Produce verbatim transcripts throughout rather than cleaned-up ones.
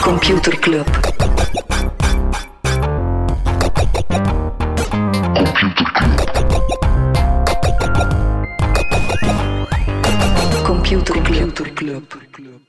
Computer Club. Computer Club. Club.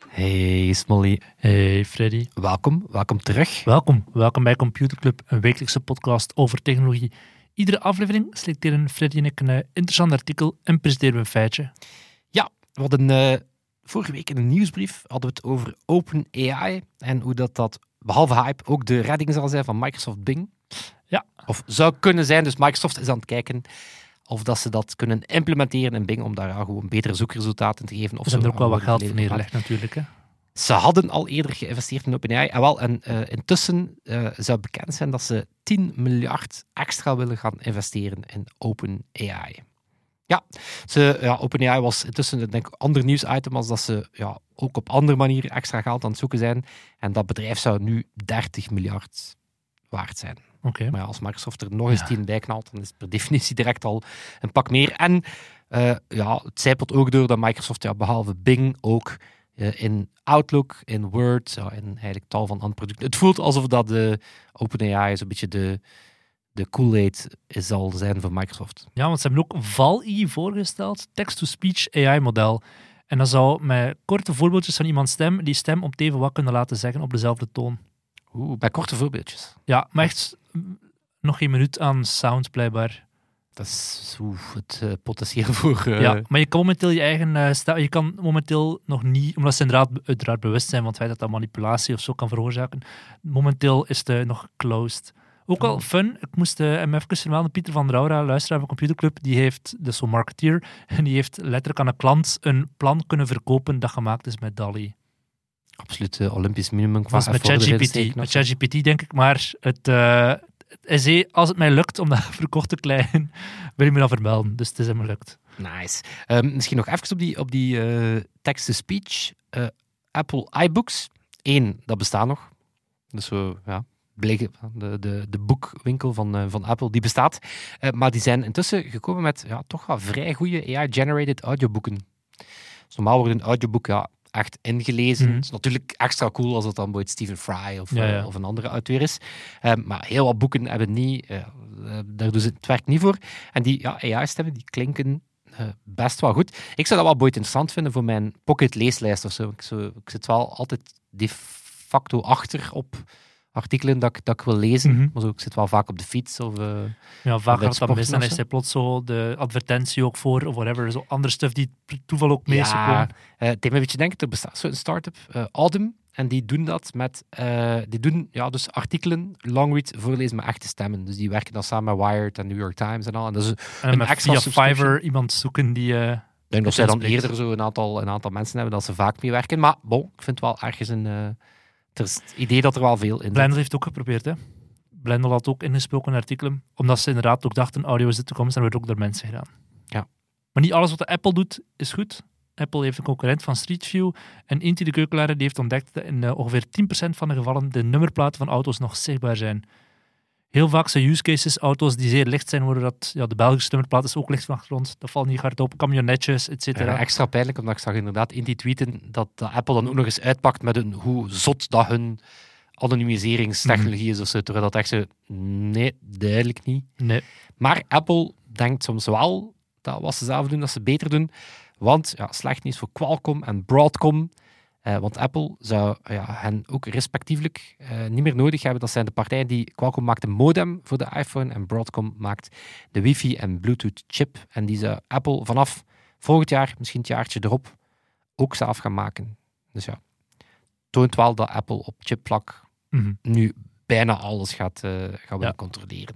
Hey Smolly. Hey Freddy. Welkom, welkom terug. Welkom, welkom bij Computer Club, een wekelijkse podcast over technologie. Iedere aflevering selecteren Freddy en ik een uh, interessant artikel en presenteren we een feitje. Ja, we hadden uh, vorige week in een nieuwsbrief hadden we het over OpenAI en hoe dat, dat behalve hype ook de redding zal zijn van Microsoft Bing. Ja. Of zou kunnen zijn, dus Microsoft is aan het kijken of dat ze dat kunnen implementeren in Bing om daar ja, gewoon betere zoekresultaten te geven. Of Ze hebben er ook wel wat geld voor leveren. neergelegd natuurlijk. Hè? Ze hadden al eerder geïnvesteerd in OpenAI. En wel, en uh, intussen uh, zou bekend zijn dat ze tien miljard extra willen gaan investeren in OpenAI. Ja, ze, ja OpenAI was intussen denk ik, een ander nieuwsitem als dat ze ja, ook op andere manieren extra geld aan het zoeken zijn. En dat bedrijf zou nu dertig miljard waard zijn. Okay. Maar ja, als Microsoft er nog eens tien bij knalt, dan is het per definitie direct al een pak meer. En uh, ja, het zijpelt ook door dat Microsoft ja, behalve Bing ook uh, in Outlook, in Word, ja, in eigenlijk tal van andere producten. Het voelt alsof dat de OpenAI zo'n beetje de, de Kool-Aid zal zijn voor Microsoft. Ja, want ze hebben ook V A L I voorgesteld, text-to-speech A I-model. En dat zou met korte voorbeeldjes van iemands stem die stem op even wat kunnen laten zeggen op dezelfde toon. Oeh, bij korte voorbeeldjes. Ja, maar echt nog geen minuut aan sound blijkbaar. Dat is oeh, het uh, potentieel voor... Uh... Ja, maar je kan momenteel je eigen uh, stem... Je kan momenteel nog niet... Omdat ze inderdaad uiteraard bewust zijn van het feit dat dat manipulatie of zo kan veroorzaken. Momenteel is het uh, nog closed. Ook al fun. Ik moest uh, hem even vermelden. Pieter van der Aura, luisteraar van Computer Club, die heeft, dus zo'n marketeer, en die heeft letterlijk aan een klant een plan kunnen verkopen dat gemaakt is met D A L L-I. Absoluut uh, Olympisch minimum qua met ChatGPT. Met ChatGPT denk ik, maar het... Uh, Hij zei, als het mij lukt om dat verkocht te krijgen, wil je me dat vermelden. Dus het is hem lukt. Nice. Um, misschien nog even op die, op die uh, text-to-speech. Uh, Apple iBooks. Eén, dat bestaat nog. Dus zo, ja, bleek, de, de, de boekwinkel van, uh, van Apple, die bestaat. Uh, maar die zijn intussen gekomen met ja, toch wel vrij goede A I-generated audioboeken. Dus normaal wordt een audioboek ja, echt ingelezen. Mm-hmm. Het is natuurlijk extra cool als het dan bijvoorbeeld Stephen Fry of, ja, ja. uh, of een andere auteur is. Um, maar heel wat boeken hebben niet... Uh, uh, daar doen ze het werk niet voor. En die ja, A I-stemmen, die klinken uh, best wel goed. Ik zou dat wel ooit interessant vinden voor mijn pocket leeslijst of zo. Ik, zo, ik zit wel altijd de facto achter op artikelen dat ik, dat ik wil lezen. Mm-hmm. Maar zo, ik zit wel vaak op de fiets of... Uh, ja, vaak gaat dat mis. En is hij plots zo de advertentie ook voor, of whatever. Zo andere stuff die toeval ook mee is gekomen. Ja, uh, het deed me een beetje denken, er bestaat zo'n start-up, uh, Audem, en die doen dat met... Uh, die doen ja, dus artikelen, longread, voorlezen met echte stemmen. Dus die werken dan samen met Wired en New York Times en al. En dat is een, en een met extra via Fiverr iemand zoeken die... Uh, ik denk dat zij dan eerder zo een aantal, een aantal mensen hebben dat ze vaak mee werken. Maar bon, ik vind wel ergens een... Uh, er is het idee dat er wel veel in zit. Blender heeft ook geprobeerd, hè. Blender had ook ingesproken artikelen, omdat ze inderdaad ook dachten, audio is de toekomst, en werd ook door mensen gedaan. Ja. Maar niet alles wat de Apple doet, is goed. Apple heeft een concurrent van Street View en Inti de Keukelaar die heeft ontdekt dat in uh, ongeveer tien procent van de gevallen de nummerplaten van auto's nog zichtbaar zijn. Heel vaak zijn use cases auto's die zeer licht zijn, worden dat ja, de Belgische nummerplaat is ook licht van achtergrond. Dat valt niet hard op. Camionetjes, et cetera. Ja, extra pijnlijk, omdat ik zag inderdaad Inti tweeten dat, dat Apple dan ook nog eens uitpakt met een, hoe zot dat hun anonimiseringstechnologie is of zo. Terwijl dat echt zo... Nee, duidelijk niet. Nee. Maar Apple denkt soms wel dat wat ze zelf doen, dat ze beter doen. Want, ja, slecht nieuws voor Qualcomm en Broadcom. Uh, want Apple zou ja, hen ook respectievelijk uh, niet meer nodig hebben. Dat zijn de partijen die... Qualcomm maakt een modem voor de iPhone en Broadcom maakt de wifi en Bluetooth chip. En die zou Apple vanaf volgend jaar, misschien het jaartje erop, ook zelf gaan maken. Dus ja, toont wel dat Apple op chipvlak mm-hmm. nu bijna alles gaat, uh, gaan willen ja. controleren.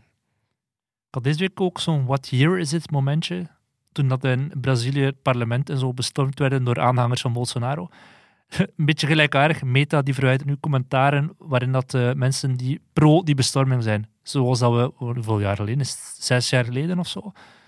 Ik had deze week ook zo'n what year is it momentje, toen dat in Brazilië het parlement en zo bestormd werden door aanhangers van Bolsonaro. Een beetje gelijkaardig. Meta die verwijdert nu commentaren waarin dat uh, mensen die pro die bestorming zijn. Zoals dat we, hoeveel jaar geleden? Is het zes jaar geleden of zo?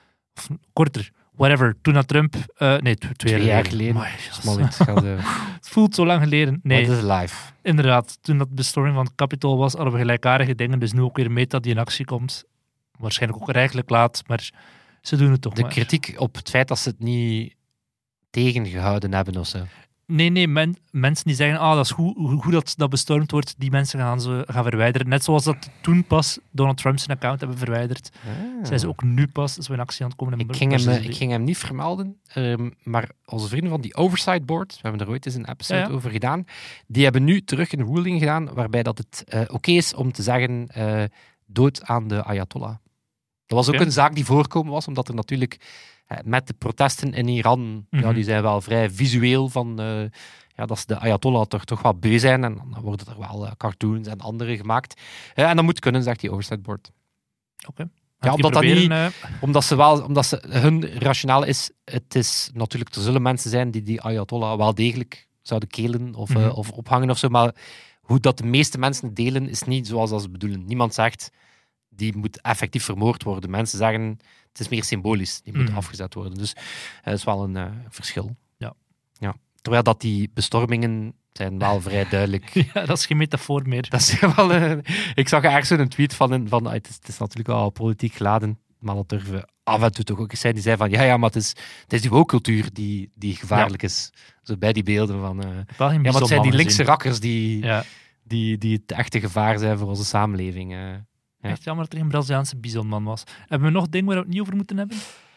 Of korter. Whatever. Toen dat Trump... Uh, nee, twee, twee jaar geleden. geleden. Maar, gaat, uh... het voelt zo lang geleden. Nee. Dat is live. Inderdaad. Toen dat bestorming van het Capitool was, hadden we gelijkaardige dingen. Dus nu ook weer Meta die in actie komt. Waarschijnlijk ook rijkelijk laat, maar ze doen het toch De maar. kritiek op het feit dat ze het niet tegengehouden hebben of zo. Nee, nee, men, mensen die zeggen, ah, dat is goed, hoe goed dat, dat bestormd wordt, die mensen gaan ze gaan verwijderen. Net zoals dat toen pas Donald Trump zijn account hebben verwijderd. Ah. Zijn ze ook nu pas zo in actie aan het komen. Ik ging, hem, ik ging hem niet vermelden, um, maar onze vrienden van die Oversight Board, we hebben er ooit eens een episode ja, ja. over gedaan, die hebben nu terug een ruling gedaan waarbij dat het uh, oké okay is om te zeggen uh, dood aan de Ayatollah. Dat was ook okay. een zaak die voorkomen was, omdat er natuurlijk uh, met de protesten in Iran, mm-hmm. ja, die zijn wel vrij visueel van uh, ja, dat ze de Ayatollah toch, toch wel beu zijn en dan worden er wel uh, cartoons en andere gemaakt. Uh, en dat moet kunnen, zegt die Oversight Board. Oké. Okay. Ja, omdat, dat niet, uh... omdat, ze wel, omdat ze, hun rationale is, het is natuurlijk, er zullen mensen zijn die die Ayatollah wel degelijk zouden kelen of, mm-hmm. uh, of ophangen of zo, maar hoe dat de meeste mensen delen is niet zoals dat ze bedoelen. Niemand zegt, die moet effectief vermoord worden. Mensen zeggen, het is meer symbolisch, die moet mm. afgezet worden. Dus dat uh, is wel een uh, verschil. Ja. Ja. Terwijl dat die bestormingen zijn wel vrij duidelijk. Ja, dat is geen metafoor meer. Dat is wel, uh, ik zag ergens een tweet van, van uh, het, is, het is natuurlijk al politiek geladen, maar dat durven af en toe toch ook eens zijn. Die zei van, ja, ja, maar het is, het is die woke-cultuur die, die gevaarlijk ja. is. Zo bij die beelden van... Uh, ja, maar het zijn die linkse rakkers die, ja. die, die het echte gevaar zijn voor onze samenleving. Uh. Ja. Echt jammer dat er geen Braziliaanse bisonman was. Hebben we nog dingen waar we het niet over moeten hebben?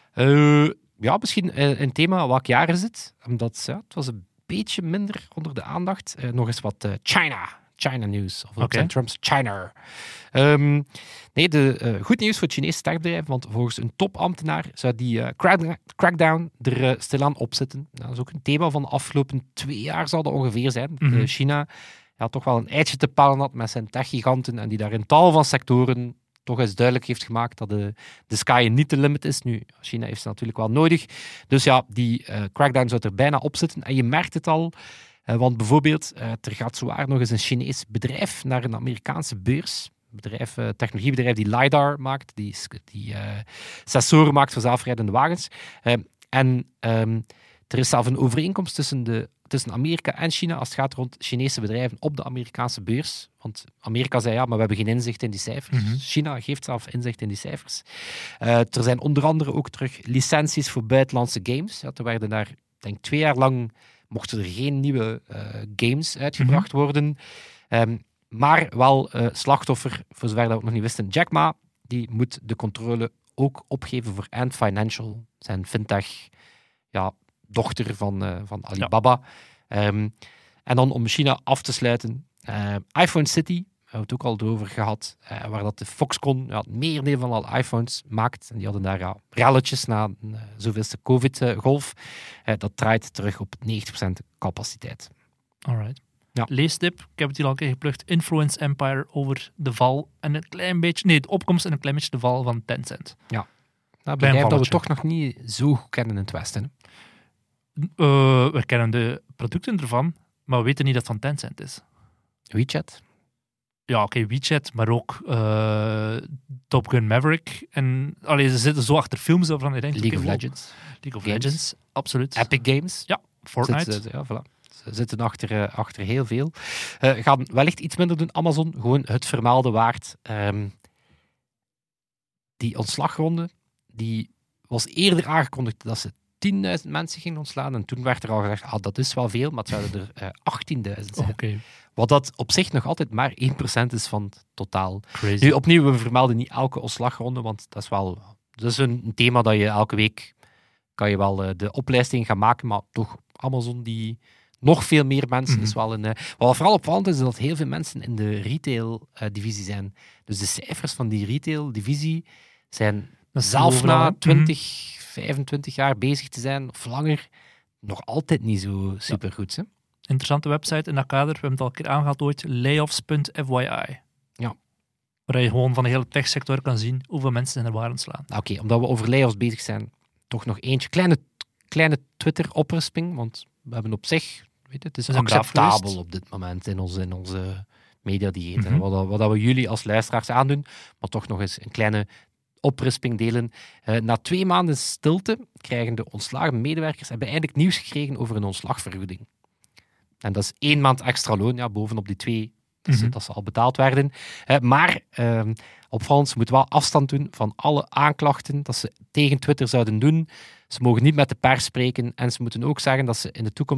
Uh, ja, misschien uh, een thema. Welk jaar is het? Omdat ja, het was een beetje minder onder de aandacht. Uh, nog eens wat uh, China. China nieuws. Of okay. Trump's China. Um, nee, de, uh, goed nieuws voor het Chinese techbedrijf. Want volgens een topambtenaar zou die uh, crack, crackdown er uh, stilaan op zitten. Nou, dat is ook een thema van de afgelopen twee jaar zal dat ongeveer zijn. Mm-hmm. Uh, China... Ja, toch wel een eitje te palen had met zijn techgiganten en die daar in tal van sectoren toch eens duidelijk heeft gemaakt dat de, de sky niet de limit is. Nu, China heeft ze natuurlijk wel nodig. Dus ja, die uh, crackdown zou er bijna op zitten. En je merkt het al, uh, want bijvoorbeeld, uh, er gaat zowaar nog eens een Chinees bedrijf naar een Amerikaanse beurs. Een bedrijf, uh, technologiebedrijf die LiDAR maakt, die, die uh, sensoren maakt voor zelfrijdende wagens. Uh, en um, er is zelf een overeenkomst tussen de tussen Amerika en China als het gaat rond Chinese bedrijven op de Amerikaanse beurs. Want Amerika zei ja, maar we hebben geen inzicht in die cijfers. Mm-hmm. China geeft zelf inzicht in die cijfers. Uh, er zijn onder andere ook terug licenties voor buitenlandse games. Ja, er werden daar, denk twee jaar lang, mochten er geen nieuwe uh, games uitgebracht mm-hmm. worden. Um, maar wel uh, slachtoffer, voor zover dat we het nog niet wisten, Jack Ma, die moet de controle ook opgeven voor Ant Financial, zijn fintech, ja, dochter van, uh, van Alibaba. Ja. Um, en dan om China af te sluiten, uh, iPhone City, we hebben het ook al over gehad, uh, waar dat de Foxconn ja, het merendeel van alle iPhones maakt. En die hadden daar ja, ralletjes na een uh, zoveelste COVID-golf. Uh, dat draait terug op negentig procent capaciteit. Alright. Ja. Leestip, ik heb het hier al een keer geplukt. Influence Empire over de val en een klein beetje, nee, de opkomst en een klein beetje de val van Tencent. Ja, dat bedrijf dat we toch nog niet zo goed kennen in het Westen. Hè? Uh, we kennen de producten ervan, maar we weten niet dat het van Tencent is. WeChat? Ja, oké, okay, WeChat, maar ook uh, Top Gun Maverick. En allee, ze zitten zo achter films waarvan je denkt... League okay, of Legends. League of Games. Legends, absoluut. Epic Games. Ja, Fortnite. Zit, ja, voilà. Ze zitten achter, uh, achter heel veel. Uh, gaan wellicht iets minder doen. Amazon, gewoon het vermelde waard. Um, die ontslagronde, die was eerder aangekondigd dat ze tienduizend mensen gingen ontslaan. En toen werd er al gezegd, ah, dat is wel veel, maar het zouden er uh, achttienduizend zijn. Oh, okay. Wat dat op zich nog altijd maar één procent is van het totaal. Crazy. Nu, opnieuw, we vermelden niet elke ontslagronde, want dat is wel dat is een thema dat je elke week kan je wel uh, de oplijsting gaan maken, maar toch Amazon die nog veel meer mensen mm-hmm. is wel een... Uh, wat vooral opvallend is, is dat heel veel mensen in de retail-divisie uh, zijn. Dus de cijfers van die retail-divisie zijn zelf na twintig, vijfentwintig jaar bezig te zijn, of langer, nog altijd niet zo supergoed. Ja. Interessante website in dat kader, we hebben het al een keer aangehaald ooit, layoffs punt f y i. Ja. Waar je gewoon van de hele techsector kan zien hoeveel mensen in er waren slaan. Oké, okay, omdat we over layoffs bezig zijn, toch nog eentje. Kleine, kleine Twitter-oprisping, want we hebben op zich... Weet je, het is acceptabel op dit moment in onze, in onze mediadieet. Mm-hmm. Wat, wat we jullie als luisteraars aandoen, maar toch nog eens een kleine oprisping delen. Uh, na twee maanden stilte krijgen de ontslagen medewerkers hebben eindelijk nieuws gekregen over een ontslagvergoeding. En dat is één maand extra loon, ja, bovenop die twee dat, mm-hmm. ze, dat ze al betaald werden. Uh, maar uh, opvallend, ze moeten wel afstand doen van alle aanklachten dat ze tegen Twitter zouden doen. Ze mogen niet met de pers spreken en ze moeten ook zeggen dat ze in de toekomst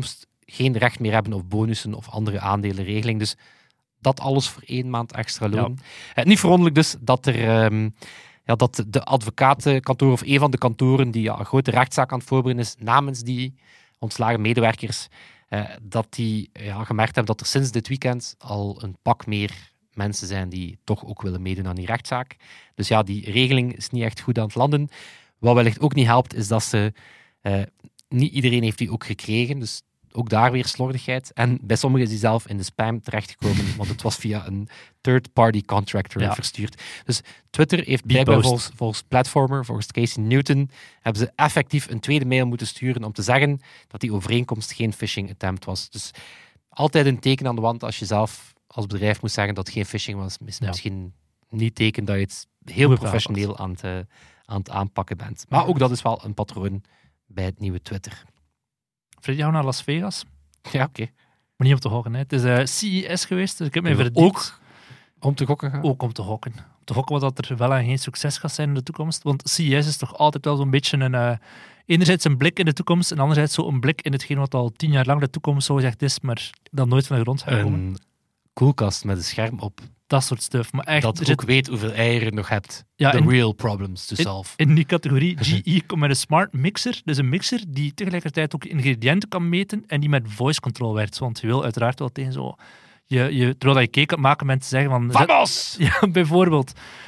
geen recht meer hebben op bonussen of andere aandelenregeling. Dus dat alles voor één maand extra loon. Ja. Uh, niet verwonderlijk dus dat er... Um, Ja, dat de advocatenkantoor of een van de kantoren die ja, een grote rechtszaak aan het voorbereiden is namens die ontslagen medewerkers, eh, dat die ja, gemerkt hebben dat er sinds dit weekend al een pak meer mensen zijn die toch ook willen meedoen aan die rechtszaak. Dus ja, die regeling is niet echt goed aan het landen. Wat wellicht ook niet helpt, is dat ze... Eh, niet iedereen heeft die ook gekregen, dus ook daar weer slordigheid. En bij sommigen is die zelf in de spam terechtgekomen, want het was via een third-party contractor ja. verstuurd. Dus Twitter heeft blijkbaar volgens, volgens Platformer, volgens Casey Newton, hebben ze effectief een tweede mail moeten sturen om te zeggen dat die overeenkomst geen phishing attempt was. Dus altijd een teken aan de wand als je zelf als bedrijf moet zeggen dat het geen phishing was. Is ja. misschien niet teken dat je het heel Goeie professioneel aan het, uh, aan het aanpakken bent. Maar ook dat is wel een patroon bij het nieuwe Twitter. Freddy, gaan we naar Las Vegas? Ja, oké. Okay. Maar niet om te gokken. Hè. Het is uh, C E S geweest, dus ik heb mij verdiept. Ook om te gokken gaan? Ook om te gokken. Om te gokken wat dat er wel en geen succes gaat zijn in de toekomst. Want C E S is toch altijd wel zo'n beetje een... Uh, enerzijds een blik in de toekomst en anderzijds zo een blik in hetgeen wat al tien jaar lang de toekomst zo gezegd is, maar dan nooit van de grond gaat komen. Een koelkast met een scherm op. Dat soort stuff. Maar echt, dat ook zit... weet hoeveel eieren je nog hebt. Ja, The in, real problems to in, solve. In die categorie G E komt met een smart mixer. Dus een mixer die tegelijkertijd ook ingrediënten kan meten en die met voice control werkt. Want je wil uiteraard wel tegen zo... Je, je, terwijl je cake kan maken, mensen zeggen van... Vamos! Ja, bijvoorbeeld.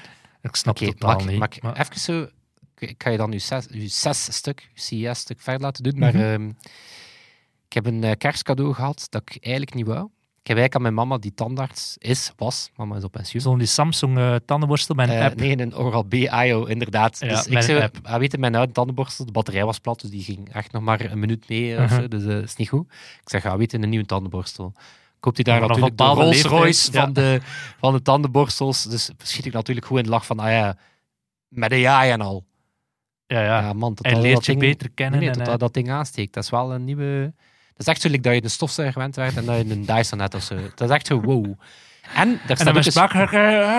Ik snap okay, het totaal mag, niet. Mag maar... even zo... Ik ga je dan je zes, je zes stuk, C E S-stuk verder laten doen. Maar mm-hmm. um, ik heb een uh, kerstcadeau gehad dat ik eigenlijk niet wou. Ik heb eigenlijk aan mijn mama, die tandarts is, was, mama is op pensioen. Zo'n die Samsung uh, tandenborstel met een uh, app? Nee, een Oral-B I O, inderdaad. Ja, dus ik zou, app. Uh, weet je, mijn oude tandenborstel, de batterij was plat, dus die ging echt nog maar een minuut mee, uh-huh. of zo, dus dat uh, is niet goed. Ik zeg, ja, weet je, een nieuwe tandenborstel. Koopt hij daar ja, natuurlijk de Rolls-Royce ja. van, de, van de tandenborstels, dus schiet ik natuurlijk goed in de lach van, ah ja, met een ja en al. Ja, ja. ja man, hij leert je ding, beter kennen. Nee, nee, en, tot uh... dat ding aansteekt. Dat is wel een nieuwe... Dat is echt zo like dat je een stofzuiger gewend werd en dat je een Dyson had of zo. Dat is echt zo, wow. En daar staat, en ook, sprak, een...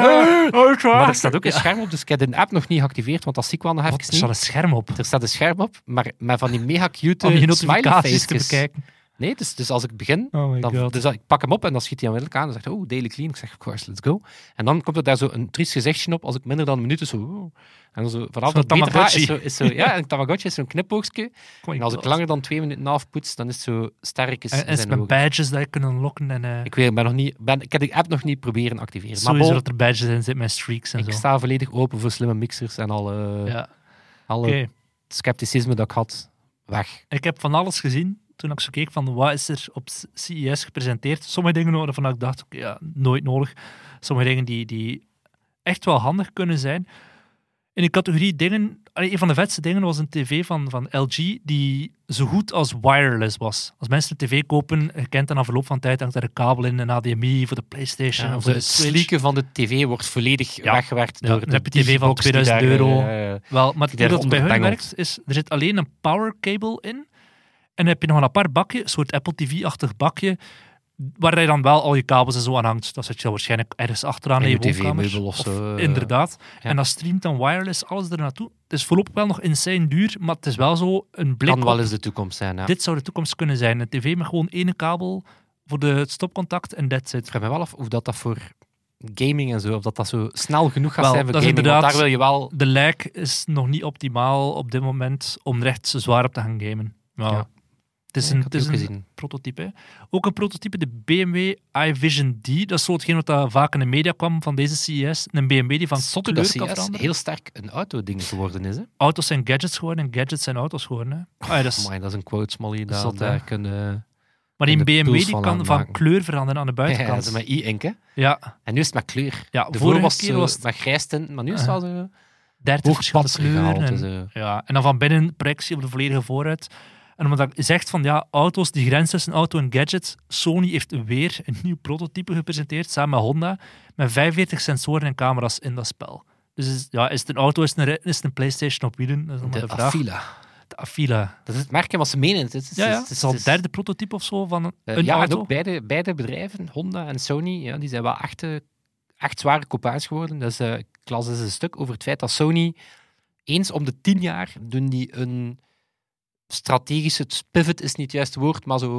uh, maar er staat ook een scherm op, dus ik heb de app nog niet geactiveerd, want dat zie ik wel nog even niet. Er staat een scherm op? Er staat een scherm op, maar met van die mega cute om je notificaties te bekijken. Nee, dus, dus als ik begin, oh dan, dus ik pak hem op en dan schiet hij onmiddellijk aan en zegt, oh, daily clean. Ik zeg, of course, let's go. En dan komt er daar zo een triest gezichtje op, als ik minder dan een minuut is zo... Oh. En dan zo, vanaf dat beter gaat, is zo, is zo... Ja, een Tamagotchi is zo'n knipoogstje. En als ik langer dan twee minuten afpoets, dan is het zo sterk. En is het met badges dat je kunt unlocken? En, uh... Ik weet, ik ben nog niet... Ben, ik heb de app nog niet proberen activeren. Sowieso maar dat er badges in zitten met streaks en ik zo. Ik sta volledig open voor slimme mixers en alle, ja. alle okay. scepticisme dat ik had, weg. Ik heb van alles gezien. Toen ik zo keek van wat is er op C E S gepresenteerd. Sommige dingen waarvan ik dacht, okay, ja, nooit nodig. Sommige dingen die, die echt wel handig kunnen zijn. In de categorie dingen, een van de vetste dingen was een tv van, van L G die zo goed als wireless was. Als mensen een tv kopen, je kent dan na verloop van tijd, hangt daar een kabel in, een H D M I voor de PlayStation. Ja, of de de sleeken van de tv wordt volledig ja. weggewerkt ja, door dan de heb je tv van tweeduizend euro. Daar, uh, Wel, maar hoe dat bij hun werkt, is er zit alleen een power cable in. En dan heb je nog een apart bakje, een soort Apple T V-achtig bakje, waar je dan wel al je kabels en zo aan hangt. Dat zit je waarschijnlijk ergens achteraan in je woonkamer. Of zo. Of, inderdaad. Ja. En dat streamt dan wireless alles er naartoe. Het is voorlopig wel nog insane duur, maar het is wel zo een blik kan wel op. eens de toekomst zijn. Ja. Dit zou de toekomst kunnen zijn. Een tv met gewoon één kabel voor de stopcontact en that's it. Ik vraag me wel af of dat, dat voor gaming en zo, of dat dat zo snel genoeg gaat wel, zijn voor dat gaming. Want daar wil je wel... De lijk is nog niet optimaal op dit moment om er echt zwaar op te gaan gamen. Nou, ja. Het is, ja, een, het is een prototype. Hè. Ook een prototype, de B M W iVision D. Dat is zo hetgeen wat dat vaak in de media kwam van deze C E S. Een B M W die van Zotte kleur dat kan C E S veranderen. Heel sterk een auto-ding geworden is. Hè? Auto's zijn gadgets geworden en gadgets zijn auto's geworden. Hè. Ah, dat, is, Amai, dat is een quote, Smolly. Dat zot, daar kunnen... Maar die B M W die van kan van kleur veranderen aan de buitenkant. Ja, dat is met e-ink, hè? Ja. En nu is het met kleur. Ja, de vorige was, was het met grijs tint, maar nu is het wel zo... dertig verschillende kleuren. Gehaald, en, ja, en dan van binnen projectie op de volledige vooruit. En omdat je zegt van ja, auto's, die grens tussen auto en gadget. Sony heeft weer een nieuw prototype gepresenteerd, samen met Honda, met vijfenveertig sensoren en camera's in dat spel. Dus is, ja, is het een auto, is het een, is het een PlayStation op wielen? Dat is nog maar de, de vraag. Afila. De Afila. Dat is het merk wat ze menen. Het is, ja, ja, het is, het is al het derde prototype of zo van een, uh, een ja, auto. en ook beide, beide bedrijven, Honda en Sony, ja, die zijn wel echt, uh, echt zware copains geworden. Dus uh, ik las eens een stuk over het feit dat Sony eens om de tien jaar doen die een strategische pivot is niet het juiste woord, maar zo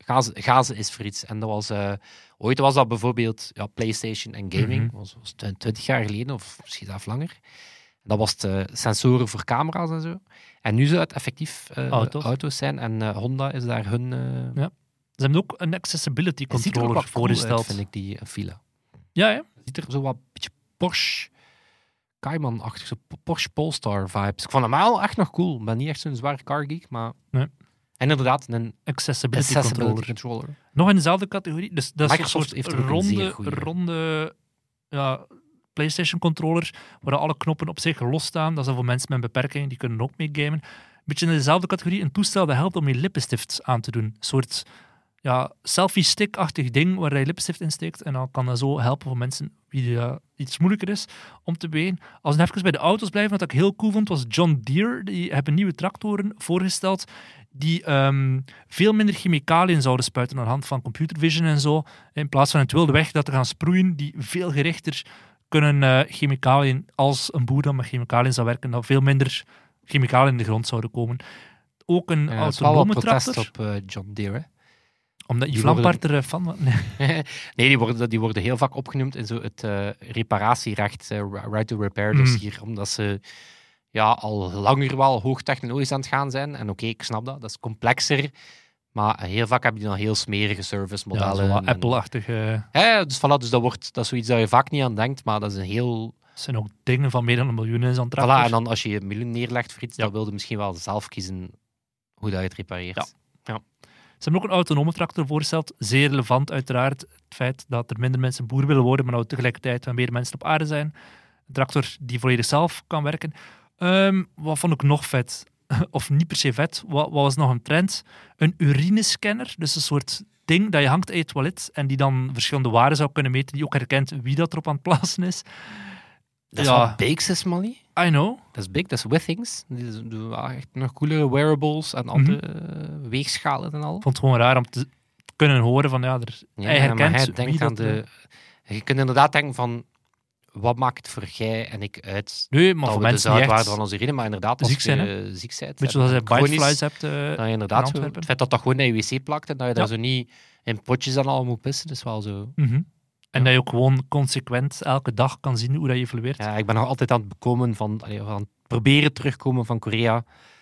Gazen, gazen is voor iets. En dat was, uh, ooit was dat bijvoorbeeld ja, PlayStation en gaming. Mhm. Dat was, was twintig jaar geleden, of misschien zelfs langer. Dat was het uh, sensoren voor camera's en zo. En nu zou het effectief uh, Auto's. auto's zijn. En uh, Honda is daar hun... Uh, Ja. Ze hebben ook een accessibility het ziet er ook controller wat cool uit, voorgesteld. vind ik, die uh, fila. Ja, ja. Het ziet er zo wat beetje Porsche... Cayman-achtig, zo Porsche Polestar vibes. Ik vond hem wel echt nog cool. Ik ben niet echt zo'n zware car geek, maar... Nee. En inderdaad, een Accessibility, accessibility controller. controller. Nog in dezelfde categorie. Dus dat is Microsoft een heeft soort er ook een zeer ronde, goeie. ronde ja, PlayStation controller, waar alle knoppen op zich los staan. Dat is voor mensen met beperkingen, die kunnen ook mee gamen. Een beetje in dezelfde categorie. Een toestel dat helpt om je lippenstift aan te doen. Een soort ja, selfie-stick-achtig ding waar je lippenstift in steekt. En dan kan dat zo helpen voor mensen wie uh, iets moeilijker is om te bewegen. Als we even bij de auto's blijven, wat ik heel cool vond, was John Deere. Die hebben nieuwe tractoren voorgesteld die um, veel minder chemicaliën zouden spuiten aan de hand van computer vision en zo. In plaats van het wilde weg dat te gaan sproeien, die veel gerichter kunnen uh, chemicaliën, als een boer dan met chemicaliën zou werken, dat veel minder chemicaliën in de grond zouden komen. Ook een Ja, er is wel wat autonome protest tractor. op uh, John Deere. Hè? Omdat je Die Vlampaard er van was. Nee. nee, die worden, die worden heel vaak opgenoemd in zo het uh, reparatierecht, uh, right to repair dossier, mm. omdat ze ja, al langer wel hoogtechnologisch aan het gaan zijn. En oké, okay, ik snap dat, dat is complexer. Maar heel vaak heb je dan heel smerige service modellen. Ja, Apple-achtige... Ja, dus, voilà, dus dat, wordt, dat is zoiets dat je vaak niet aan denkt, maar dat is een heel... Dat zijn ook dingen van meer dan een miljoen in zo'n Voilà, tractor. en dan als je een miljoen neerlegt voor iets, ja. dan wil je misschien wel zelf kiezen hoe dat je het repareert. Ja. Ja. Ze hebben ook een autonome tractor voorgesteld. Zeer relevant uiteraard. Het feit dat er minder mensen boer willen worden, maar dat tegelijkertijd wel meer mensen op aarde zijn. Een tractor die volledig zelf kan werken. Um, wat vond ik nog vet? Of niet per se vet. Wat, wat was nog een trend? Een urinescanner. Dus een soort ding dat je hangt in je toilet en die dan verschillende waarden zou kunnen meten, die ook herkent wie dat erop aan het plaatsen is. Dat is ja. wat Bakes is, Molly. I know. Dat is big, dat is Withings. Die doen echt nog coolere wearables en andere mm-hmm. uh, weegschalen en al. Ik vond het gewoon raar om te kunnen horen van ja, er, ja hij herkent hij wie denkt dat... aan de... Je kunt inderdaad denken van, wat maakt voor jij en ik uit nee, maar dat voor we de mensen die zoutwaarde echt van onze urine, maar inderdaad, als ziek zijn, je uh, ziek bent... Weet je zoals je chronisch, biteflies hebt uh, dan je inderdaad zo, het feit dat dat gewoon naar je wc plakt en dat je ja. daar zo niet in potjes en al moet pissen, is wel zo... Mm-hmm. En ja. dat je ook gewoon consequent elke dag kan zien hoe dat je evolueert. Ja, ik ben nog altijd aan het bekomen van, allee, van het proberen terugkomen van Korea.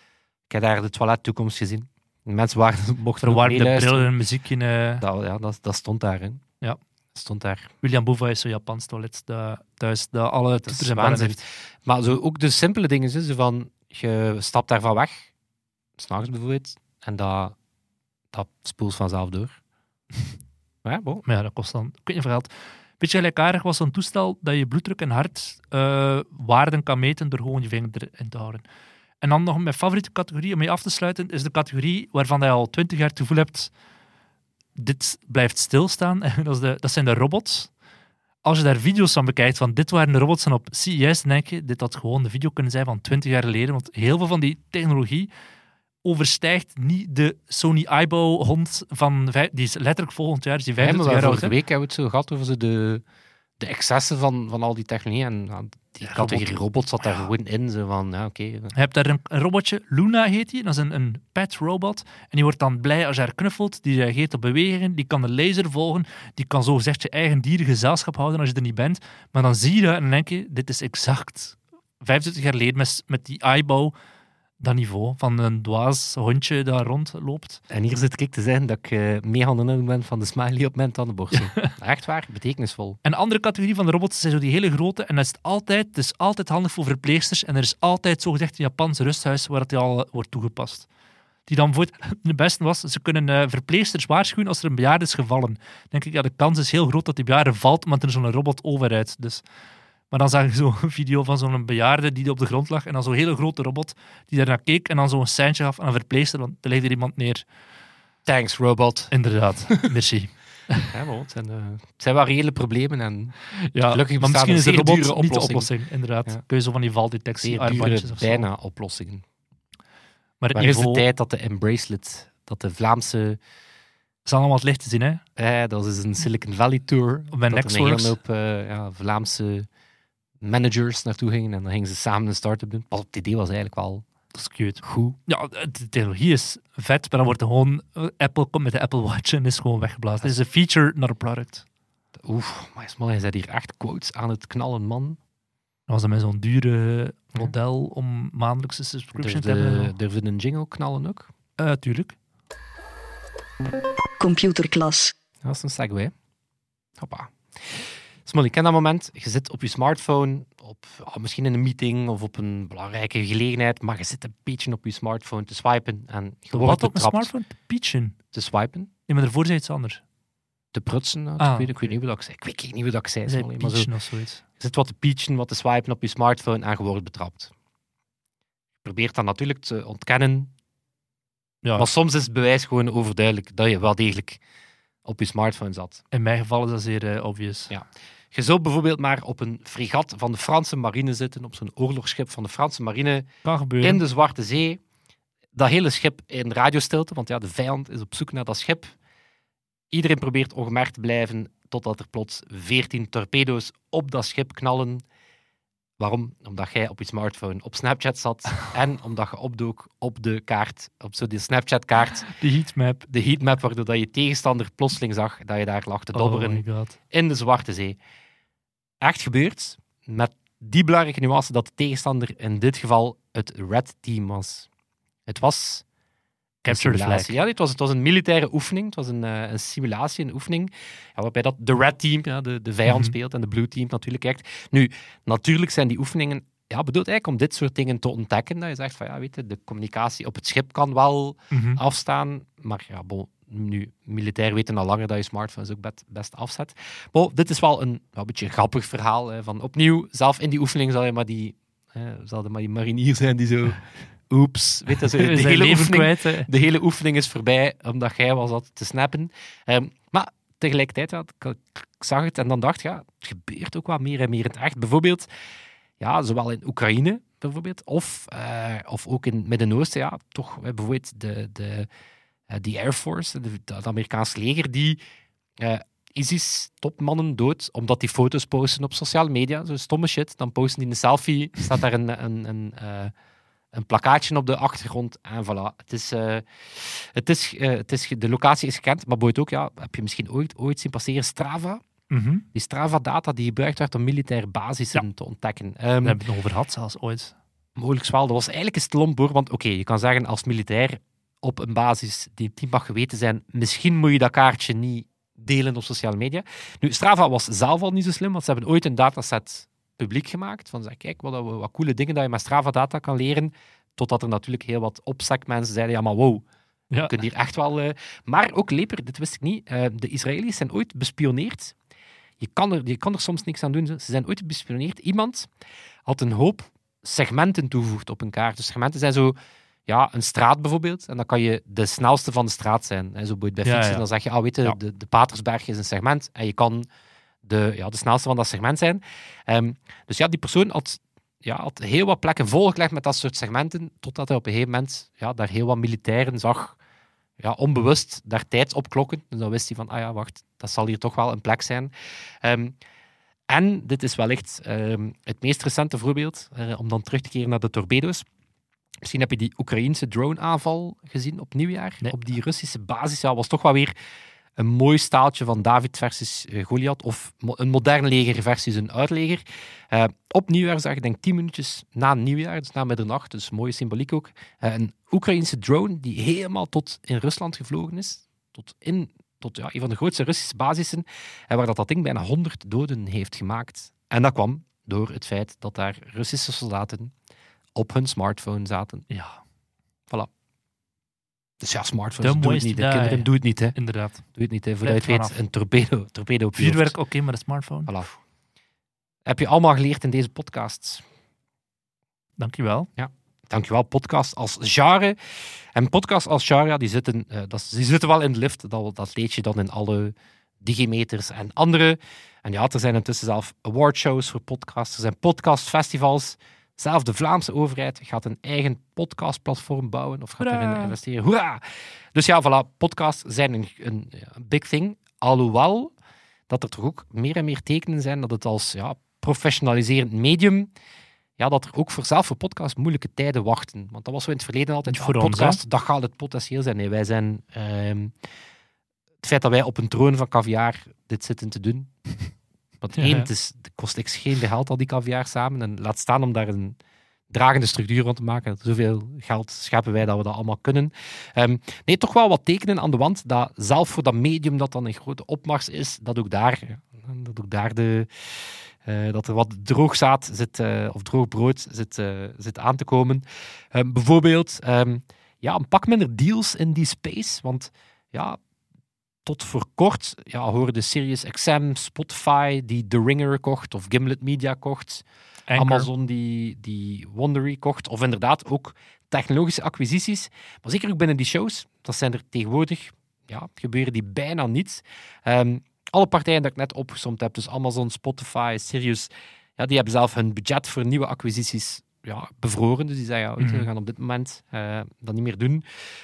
Ik heb daar de toilettoekomst gezien. De mensen waren, mochten verwarmde meeluisteren. brillen en muziek in... Uh... Dat, ja, dat, dat stond daar. Hè. Ja. Dat stond daar. William Boeva is zo'n Japans toilet dat, thuis, dat alle toeters en bellen heeft. Maar zo, ook de simpele dingen, zo van, je stapt daarvan weg, s'nachts bijvoorbeeld, en dat, dat spoelt vanzelf door. Ja, bon. Maar ja, dat kost dan... Ik weet niet veel geld. Beetje gelijkaardig was zo'n toestel dat je bloeddruk en hart uh, waarden kan meten door gewoon je vinger erin te houden. En dan nog mijn favoriete categorie, om mee af te sluiten, is de categorie waarvan je al twintig jaar het gevoel hebt dit blijft stilstaan. dat, is de, dat zijn de robots. Als je daar video's van bekijkt, van dit waren de robots en op C E S, dan denk je, dit had gewoon de video kunnen zijn van twintig jaar geleden, want heel veel van die technologie overstijgt niet de Sony Aibo-hond van vijf, die is letterlijk volgend jaar, is die vijfentwintig ja, jaar oud. Vorige week hebben we het zo gehad over zo de, de excessen van, van al die technologie. En ja, die Ja, categorie robot. robot zat daar Ja. gewoon in. Zo van, ja, oké. Je hebt daar een, een robotje, Luna heet die, dat is een, een pet robot. En die wordt dan blij als je haar knuffelt, die reageert op bewegingen, die kan de laser volgen, die kan zo gezegd je eigen dieren gezelschap houden als je er niet bent. Maar dan zie je dat en dan denk je, dit is exact vijfentwintig jaar geleden met, met die Aibo, dat niveau van een dwaas hondje dat rondloopt. En hier zit ik te zeggen dat ik uh, mee aan de indruk ben van de smiley op mijn tandenborstel. Echt waar, betekenisvol. En de andere categorie van de robots zijn zo die hele grote. En dat is het altijd, het is altijd handig voor verpleegsters. En er is altijd zogezegd een Japans rusthuis waar het al uh, wordt toegepast. Die dan voor de beste was, ze kunnen uh, verpleegsters waarschuwen als er een bejaarde is gevallen. Dan denk ik, ja, de kans is heel groot dat die bejaarde valt, omdat er zo'n robot overrijdt. Dus... Maar dan zag ik zo'n video van zo'n bejaarde die op de grond lag en dan zo'n hele grote robot die daarnaar keek en dan zo'n seintje gaf aan een verpleegster, want er ligt er iemand neer. Thanks, robot. Inderdaad, merci. Ja, maar het, zijn, uh, het zijn wel reële problemen en Ja, gelukkig maar bestaan misschien er is de zeer robot dure niet de oplossingen. oplossing. Inderdaad, Ja. kun je zo van die valdetectie, zeer armbandjes dure, of zo. bijna oplossingen. Maar het Waar is niveau de tijd dat de Embracelet, dat de Vlaamse... is allemaal het licht te zien, hè? Eh, dat is een Silicon Valley tour. Bij dat er een Nextworks. hele hoop uh, ja, Vlaamse managers naartoe gingen en dan gingen ze samen een start-up doen. Pas op het idee was eigenlijk wel Dat is cute. Goed. Ja, de technologie is vet, maar dan wordt er gewoon... Apple komt met de Apple Watch en is gewoon weggeblazen. Het is een feature, not a product. Oef, maar Smal, je zet hier echt quotes aan het knallen, man. Dan was dat met zo'n dure model om maandelijkse subscription te hebben. Durfde, durfde een jingle knallen ook? Uh, tuurlijk. Computerklas. Dat is een segue. Hoppa. Smol, ik ken dat moment. Je zit op je smartphone, op, oh, misschien in een meeting of op een belangrijke gelegenheid, maar je zit een beetje op je smartphone te swipen en je wordt Wat op mijn betrapt smartphone? Te pitchen. te swipen, Ja, maar daarvoor zei iets anders. te prutsen. Nou, Ah, ik, weet, ik oké. weet niet wat ik zei. Ik weet niet wat ik zei. Zei Smolly, maar zo, pitchen of zoiets. je zit wat te pitchen, wat te swipen op je smartphone en je wordt betrapt. Je probeert dat natuurlijk te ontkennen, Ja, maar soms is het bewijs gewoon overduidelijk dat je wel degelijk op je smartphone zat. in mijn geval is dat zeer eh, obvious. Ja. Je zou bijvoorbeeld maar op een fregat van de Franse marine zitten, op zo'n oorlogsschip van de Franse marine, Kan gebeuren. in de Zwarte Zee. Dat hele schip in radiostilte, want ja, de vijand is op zoek naar dat schip. Iedereen probeert ongemerkt te blijven, totdat er plots veertien torpedo's op dat schip knallen. Waarom? Omdat jij op je smartphone op Snapchat zat en omdat je opdook op de kaart, op zo die Snapchat-kaart, De heatmap. de heatmap, waardoor dat je tegenstander plotseling zag dat je daar lag te dobberen Oh my god. in de Zwarte Zee. Echt gebeurd, met die belangrijke nuance dat de tegenstander in dit geval het Red Team was. Het was een Capture the simulatie. flag. Ja, het was, het was een militaire oefening. Het was een, eh, een simulatie, een oefening, ja, waarbij dat de Red Team, ja, de, de vijand, Mhm. speelt en de Blue Team natuurlijk kijkt. Nu, natuurlijk zijn die oefeningen ja, bedoeld eigenlijk om dit soort dingen te ontdekken. Dat je zegt van, ja, weet je, de communicatie op het schip kan wel Mhm. afstaan. Maar ja, bon, nu, militair weten al langer dat je smartphones ook best, best afzet. Bon, dit is wel een, ja, een beetje een grappig verhaal. Hè, van opnieuw, zelf in die oefening zal je maar die, hè, zal er maar die marinier zijn die zo... Oeps, weet je, zo, de, Zijn hele leven oefening, kwijt. hè. de hele oefening is voorbij, omdat jij was dat te snappen. Ehm, maar tegelijkertijd, ja, ik, ik zag het en dan dacht ik, ja, het gebeurt ook wat meer en meer in het echt. Bijvoorbeeld, ja, zowel in Oekraïne, bijvoorbeeld, of, eh, of ook in het Midden-Oosten, ja, toch eh, bijvoorbeeld de, de, eh, die Air Force, de, de, het Amerikaanse leger, die eh, ISIS-topmannen dood, omdat die foto's posten op sociale media, zo stomme shit. Dan posten die een selfie, staat daar een, een, een, eh, een plakkaatje op de achtergrond en voilà. Het is, eh, het is, eh, het is, de locatie is gekend, maar bijvoorbeeld ook, ja, heb je misschien ooit, ooit zien passeren, Strava? Mhm. Die Strava-data die gebruikt werd om militaire basissen te ontdekken. Um, Daar hebben we het nog over gehad, zelfs ooit. Mogelijk wel. Dat was eigenlijk een stelomp hoor. Want oké, je kan zeggen als militair op een basis die niet mag geweten zijn, misschien moet je dat kaartje niet delen op sociale media. Nu, Strava was zelf al niet zo slim, want ze hebben ooit een dataset publiek gemaakt. Van zeg, kijk, wat, wat, wat coole dingen dat je met Strava-data kan leren. Totdat er natuurlijk heel wat opzekmensen zeiden, ja maar wow, Ja. je kunt hier echt wel... eh, Maar ook leper, dit wist ik niet, eh, de Israëli's zijn ooit bespioneerd. Je kan, er, je kan er soms niks aan doen. Ze zijn ooit bespioneerd. Iemand had een hoop segmenten toegevoegd op een kaart. Dus segmenten zijn zo... Ja, een straat bijvoorbeeld. En dan kan je de snelste van de straat zijn. Hè. Zo bijvoorbeeld bij Ja, fietsen. ja. Dan zeg je, ah, weet je, Ja. de, de Patersberg is een segment. En je kan de, ja, de snelste van dat segment zijn. Ehm, dus ja, die persoon had, ja, had heel wat plekken volgelegd met dat soort segmenten. Totdat hij op een gegeven moment ja, daar heel wat militairen zag... Ja, onbewust daar tijd op klokken. Dus dan wist hij van, ah ja, wacht, dat zal hier toch wel een plek zijn. Ehm, en dit is wellicht ehm, het meest recente voorbeeld, eh, om dan terug te keren naar de torpedo's. Misschien heb je die Oekraïense drone-aanval gezien op nieuwjaar. Nee. Op die Russische basis. Ja, was toch wel weer een mooi staaltje van David versus uh, Goliath. Of mo- een modern leger versus een uitleger. Uh, op nieuwjaar zag ik, denk tien minuutjes na nieuwjaar, dus na middernacht, dus mooie symboliek ook, uh, een Oekraïense drone die helemaal tot in Rusland gevlogen is. Tot, in, tot ja, een van de grootste Russische basissen. En waar dat, dat ding bijna honderd doden heeft gemaakt. En dat kwam door het feit dat daar Russische soldaten op hun smartphone zaten. Ja, Voilà. Dus ja, smartphones, De doe het mooiste niet. Hè. dag, Kinderen, hè. doe het niet. Hè. inderdaad. Doe het niet. Hè. Voordat je Blijf het weet, vanaf. een torpedo, torpedo op je hoofd. Vuurwerk, oké, maar een smartphone. Voilà. Heb je allemaal geleerd in deze podcast. Dankjewel. Dankjewel, podcast als genre. En podcast als genre, ja, die, zitten, uh, dat, die zitten wel in de lift. Dat, dat leed je dan in alle digimeters en andere. En ja, er zijn intussen zelf awardshows voor podcasts. Er zijn podcastfestivals. Zelf de Vlaamse overheid gaat een eigen podcastplatform bouwen of gaat Hoera! erin investeren. Hoera! Dus ja, voilà, podcasts zijn een, een, een big thing. Alhoewel dat er toch ook meer en meer tekenen zijn dat het als ja, professionaliserend medium ja, dat er ook voor zelf voor podcasts moeilijke tijden wachten. Want dat was zo in het verleden altijd. Voor ja, ons, podcast, dat gaat het potentieel zijn. Nee, wij zijn... ehm, het feit dat wij op een troon van caviar dit zitten te doen. Want Ja, één, ja. het, is, het kost niks geen geld al die caviar samen. En laat staan om daar een dragende structuur rond te maken. Zoveel geld scheppen wij dat we dat allemaal kunnen. Ehm, nee, toch wel wat tekenen aan de wand dat zelf voor dat medium dat dan een grote opmars is, dat ook daar, dat ook daar de, uh, dat er wat droogzaad zit, uh, of droog brood zit, uh, zit aan te komen. Um, bijvoorbeeld um, ja, een pak minder deals in die space, want ja, tot voor kort ja, hoorde Sirius X M, Spotify die The Ringer kocht of Gimlet Media kocht. Anchor. Amazon die, die Wondery kocht. Of inderdaad ook technologische acquisities. Maar zeker ook binnen die shows. Dat zijn er tegenwoordig, ja, gebeuren die bijna niet. Um, alle partijen dat ik net opgesomd heb, dus Amazon, Spotify, Sirius, ja, die hebben zelf hun budget voor nieuwe acquisities ja, bevroren. Dus die zeggen, ja, weet je, we gaan op dit moment uh, dat niet meer doen.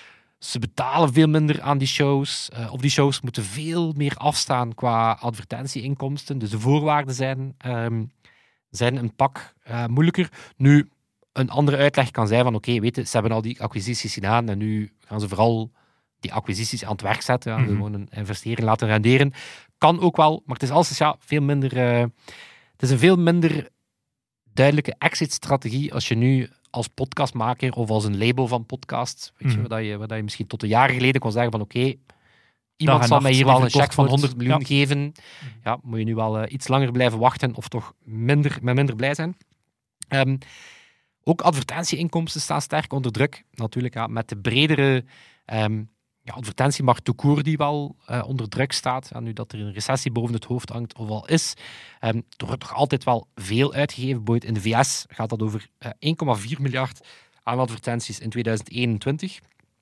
Ze betalen veel minder aan die shows. Uh, of die shows moeten veel meer afstaan qua advertentieinkomsten. Dus de voorwaarden zijn... Um, zijn een pak uh, moeilijker. Nu, een andere uitleg kan zijn van oké, okay, weet je, ze hebben al die acquisities gedaan en nu gaan ze vooral die acquisities aan het werk zetten. Ja, mm-hmm. Gewoon een investering laten renderen. Kan ook wel, maar het is alles ja, veel minder... Uh, het is een veel minder duidelijke exit-strategie als je nu als podcastmaker of als een label van podcast, weet mm-hmm. je, waar je, waar je misschien tot een jaar geleden kon zeggen van oké, okay, iemand zal mij hier wel een cheque van honderd miljoen ja. geven. Ja, moet je nu wel uh, iets langer blijven wachten of toch minder, met minder blij zijn. Um, ook advertentieinkomsten staan sterk onder druk. Natuurlijk ja, met de bredere um, ja, advertentiemarkt tout court die wel uh, onder druk staat. Ja, nu dat er een recessie boven het hoofd hangt of al is. Um, er wordt toch altijd wel veel uitgegeven. Bijvoorbeeld in de V S gaat dat over uh, één komma vier miljard aan advertenties in tweeduizend eenentwintig.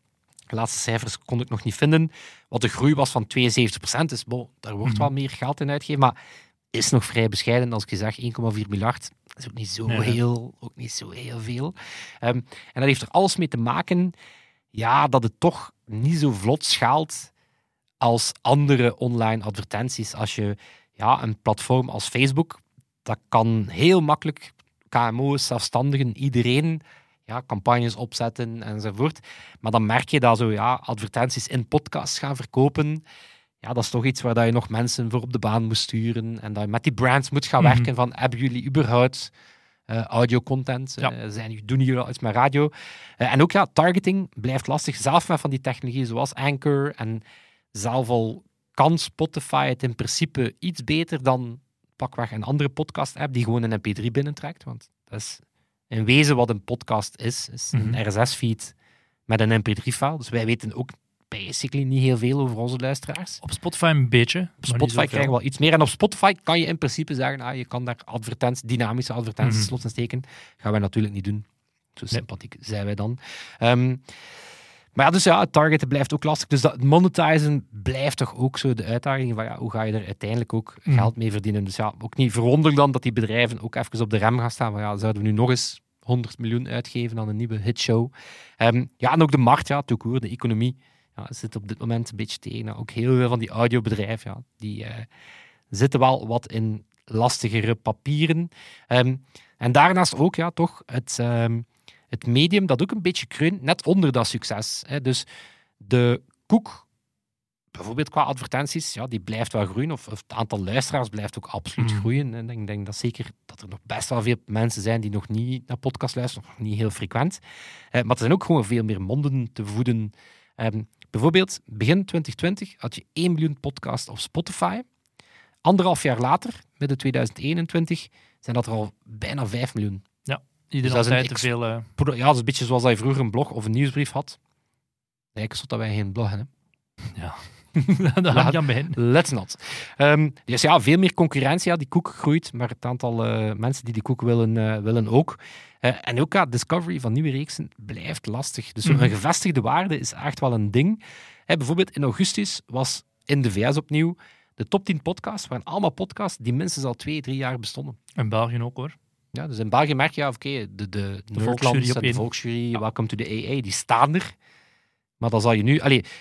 De laatste cijfers kon ik nog niet vinden. Wat de groei was van tweeënzeventig procent. Dus bon, daar wordt mm-hmm. wel meer geld in uitgegeven. Maar is nog vrij bescheiden. Als ik je zeg één komma vier miljard. Dat is ook niet zo, nee. heel, ook niet zo heel veel. Um, en dat heeft er alles mee te maken ja, dat het toch niet zo vlot schaalt als andere online advertenties. Als je ja, een platform als Facebook, dat kan heel makkelijk K M O's, zelfstandigen, iedereen... Ja, campagnes opzetten enzovoort. Maar dan merk je dat zo, ja, advertenties in podcasts gaan verkopen. Ja, dat is toch iets waar dat je nog mensen voor op de baan moet sturen. En dat je met die brands moet gaan mm-hmm. werken van, hebben jullie überhaupt uh, audio-content? Ja. Uh, zijn, doen jullie al iets met radio? Uh, en ook, ja, targeting blijft lastig. Zelf met van die technologieën zoals Anchor. En zelf al kan Spotify het in principe iets beter dan pakweg een andere podcast-app die gewoon een M P drie binnentrekt. Want dat is... In wezen wat een podcast is, is een mm-hmm. R S S-feed met een M P drie file. Dus wij weten ook basically niet heel veel over onze luisteraars. Op Spotify een beetje. Op Spotify krijgen we wel iets meer. En op Spotify kan je in principe zeggen, ah, je kan daar advertenties, dynamische advertenties mm-hmm. los in steken. Gaan wij natuurlijk niet doen. Zo sympathiek nee. zijn wij dan. Um, maar ja, dus ja, het targeten blijft ook lastig. Dus dat monetizen blijft toch ook zo de uitdaging van ja, hoe ga je er uiteindelijk ook mm. geld mee verdienen. Dus ja, ook niet verwonderlijk dan dat die bedrijven ook even op de rem gaan staan van ja, zouden we nu nog eens honderd miljoen uitgeven aan een nieuwe hitshow. Um, ja, en ook de markt, ja, tout court, de economie, ja, zit op dit moment een beetje tegen. Nou, ook heel veel van die audiobedrijven, ja, die uh, zitten wel wat in lastigere papieren. Um, en daarnaast ook, ja, toch het... Um, Het medium dat ook een beetje kreunt, net onder dat succes. Hè. Dus de koek, bijvoorbeeld qua advertenties, ja, die blijft wel groeien. Of, of het aantal luisteraars blijft ook absoluut mm. groeien. En ik denk dat zeker dat er nog best wel veel mensen zijn die nog niet naar podcast luisteren, nog niet heel frequent. Eh, maar er zijn ook gewoon veel meer monden te voeden. Um, bijvoorbeeld, begin twintig twintig had je één miljoen podcasts op Spotify. Anderhalf jaar later, midden tweeduizend eenentwintig, zijn dat er al bijna vijf miljoen. Iedereen dus altijd te veel... Uh... Ja, dat is een beetje zoals je vroeger een blog of een nieuwsbrief had. Eigenlijk is dat wij geen blog hebben. Ja, daar hang je aan begin. Let's not. Um, dus ja, veel meer concurrentie. Ja, die koek groeit, maar het aantal uh, mensen die die koek willen, uh, willen ook. Uh, en ook ja, discovery van nieuwe reeksen blijft lastig. Dus mm-hmm. een gevestigde waarde is echt wel een ding. Hey, bijvoorbeeld in augustus was in de V S opnieuw de top tien podcasts, waren allemaal podcasts die minstens al twee, drie jaar bestonden. In België ook, hoor. Ja, dus in België merk je, ja, oké, okay, de, de, de volksjury, en de volksjury, ja. Welcome to the A A, die staan er. Maar dan zal je nu... Allee,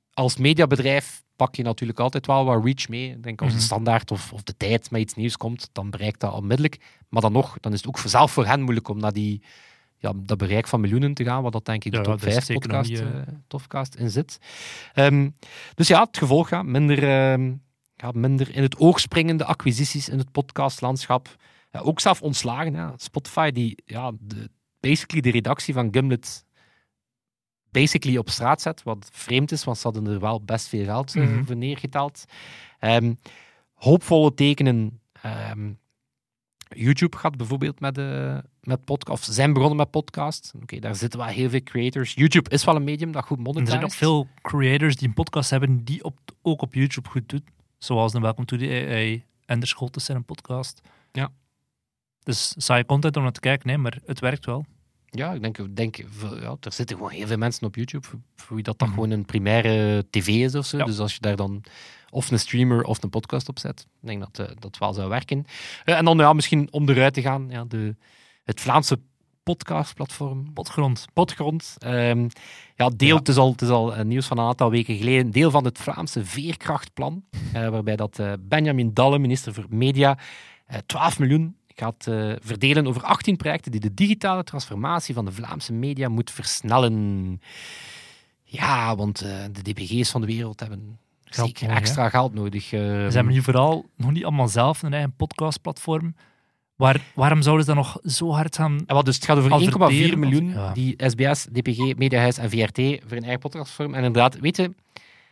als mediabedrijf pak je natuurlijk altijd wel wat reach mee. Ik denk als de Mhm. Standaard of, of de Tijd met iets nieuws komt, dan bereikt dat onmiddellijk. Maar dan nog, dan is het ook voor- zelf voor hen moeilijk om naar die, ja, dat bereik van miljoenen te gaan, wat dat denk ik de Ja, top dat is vijf zeker podcast, nog niet, eh, topcast in zit. Ehm, dus ja, het gevolg gaat minder, ehm, ja, minder in het oog springende acquisities in het podcastlandschap. Ja, ook zelf ontslagen. Ja. Spotify, die ja, de, basically de redactie van Gimlet basically op straat zet, wat vreemd is, want ze hadden er wel best veel geld eh, Mhm. voor neergeteld. Ehm, hoopvolle tekenen. ehm, YouTube gaat bijvoorbeeld met, uh, met podcast, of zijn begonnen met podcast. Oké, daar zitten wel heel veel creators. YouTube is wel een medium dat goed En monetized. er zijn ook veel creators die een podcast hebben die op, ook op YouTube goed doen. Zoals de Welcome to the A I en de Scholtes zijn een podcast. Ja. Dus saaie content om naar te kijken, nee, maar het werkt wel. Ja, ik denk, ik denk ja, er zitten gewoon heel veel mensen op YouTube voor, voor wie dat, dat Mhm. gewoon een primaire tv is of zo. Ja. Dus als je daar dan of een streamer of een podcast op zet, ik denk dat uh, dat wel zou werken. Uh, en dan ja, misschien om eruit te gaan, ja, de, het Vlaamse podcastplatform Potgrond. Podgrond. Um, ja, deel, Ja. Het, is al, het is al uh, nieuws van een aantal weken geleden, deel van het Vlaamse Veerkrachtplan, uh, waarbij dat uh, Benjamin Dalle, minister voor Media, uh, twaalf miljoen gaat uh, verdelen over achttien projecten die de digitale transformatie van de Vlaamse media moet versnellen. Ja, want uh, de D P G's van de wereld hebben Geld zeker nodig, extra hè? geld nodig. Uh, Ze hebben nu vooral nog niet allemaal zelf een eigen podcastplatform. Waar, waarom zouden ze dan nog zo hard gaan... En wat, dus het gaat over één komma vier adverteren, miljoen of- ja. die S B S, D P G, Mediahuis en V R T voor een eigen podcastplatform. En inderdaad, weet je,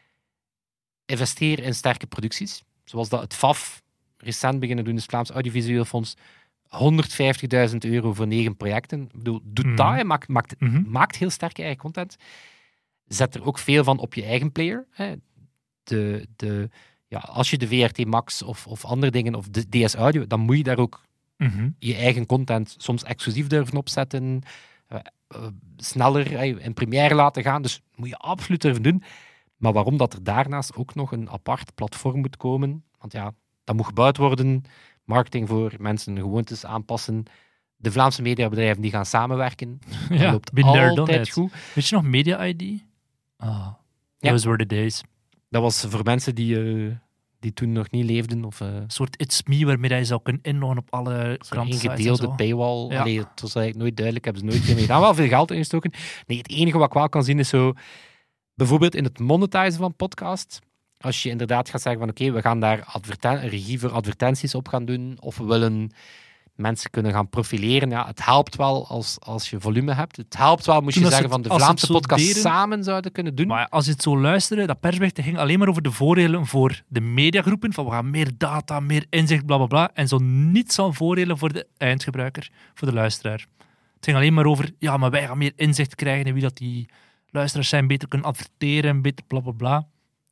investeer in sterke producties. Zoals dat het F A F recent beginnen doen, het Vlaams Audiovisueel Fonds, honderdvijftigduizend euro voor negen projecten. Ik bedoel, doe Mhm. dat, hè. Maakt, maakt, Mhm. maakt heel sterke eigen content. Zet er ook veel van op je eigen player. Hè. De, de, ja, als je de V R T Max of, of andere dingen, of de D S Audio, dan moet je daar ook Mhm. je eigen content soms exclusief durven opzetten, uh, uh, sneller uh, in première laten gaan. Dus moet je absoluut durven doen. Maar waarom dat er daarnaast ook nog een apart platform moet komen? Want ja, dat moet gebouwd worden. Marketing voor mensen, gewoontes aanpassen. De Vlaamse mediabedrijven die gaan samenwerken. Dat Ja, loopt been there, done altijd that. goed. Weet je nog Media I D? Ah, Ja. those were the days. Dat was voor mensen die, uh, die toen nog niet leefden. Of uh, Een soort It's Me, waarmee je zou kunnen inloggen op alle een kranten. gedeelde paywall. Ja. Allee, het was eigenlijk nooit duidelijk. Hebben ze nooit meer gedaan. Wel veel geld ingestoken. Nee, het enige wat ik wel kan zien is zo... Bijvoorbeeld in het monetizen van podcast. Als je inderdaad gaat zeggen van oké, we gaan daar adverten- een regie voor advertenties op gaan doen. Of we willen mensen kunnen gaan profileren. Ja, het helpt wel als, als je volume hebt. Het helpt wel, moest Toen je als zeggen, het- van de als het Vlaamse zo podcast deden- samen zouden kunnen doen. Maar als je het zo luisterde, dat persbericht ging alleen maar over de voordelen voor de mediagroepen. Van we gaan meer data, meer inzicht, bla bla bla. En zo niets aan voordelen voor de eindgebruiker, voor de luisteraar. Het ging alleen maar over, ja, maar wij gaan meer inzicht krijgen in wie dat die luisteraars zijn, beter kunnen adverteren, beter bla bla bla.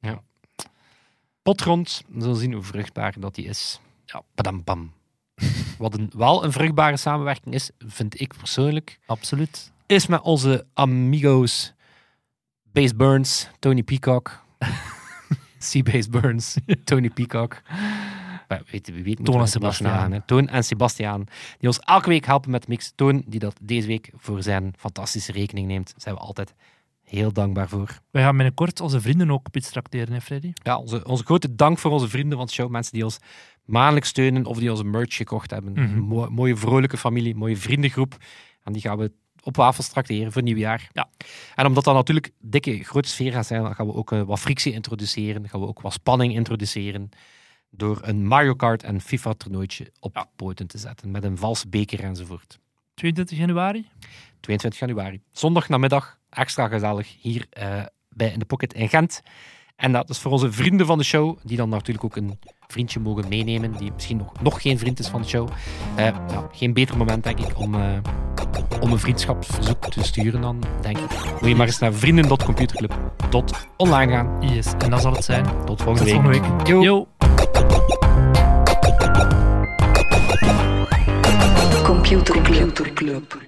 Potgrond, we zullen zien hoe vruchtbaar dat die is. Ja, padam pam. Wat een, wel een vruchtbare samenwerking is, vind ik persoonlijk, Absoluut. is met onze amigos Base Burns, Tony Peacock. Seabase Burns, Tony Peacock. Maar weet, wie weet, Toon en moeten we het nog Sebastiaan. nagaan, hè. Toon en Sebastiaan, die ons elke week helpen met de mix. Toon, die dat deze week voor zijn fantastische rekening neemt, zijn we altijd heel dankbaar voor. Wij gaan binnenkort onze vrienden ook op iets trakteren, hè Freddy? Ja, onze, onze grote dank voor onze vrienden van de show, mensen die ons maandelijks steunen of die onze merch gekocht hebben. Mhm. Een mo- mooie, vrolijke familie, mooie vriendengroep. En die gaan we op wafels trakteren voor nieuwjaar. Ja. En omdat dat natuurlijk dikke, grote sfeer gaat zijn, dan gaan we ook uh, wat frictie introduceren. Dan gaan we ook wat spanning introduceren. Door een Mario Kart en FIFA-toernooitje op Ja. poten te zetten. Met een valse beker enzovoort. tweeëntwintig januari? tweeëntwintig januari. Zondag namiddag, extra gezellig, hier uh, bij In The Pocket in Gent. En dat is voor onze vrienden van de show, die dan natuurlijk ook een vriendje mogen meenemen, die misschien nog, nog geen vriend is van de show. Uh, ja, geen beter moment, denk ik, om, uh, om een vriendschapsverzoek te sturen dan, denk ik. Moet je maar eens naar vrienden punt computerclub punt online gaan. Yes, en dat zal het zijn. Tot volgende Tot week. volgende week. Yo. Yo. Computer Club.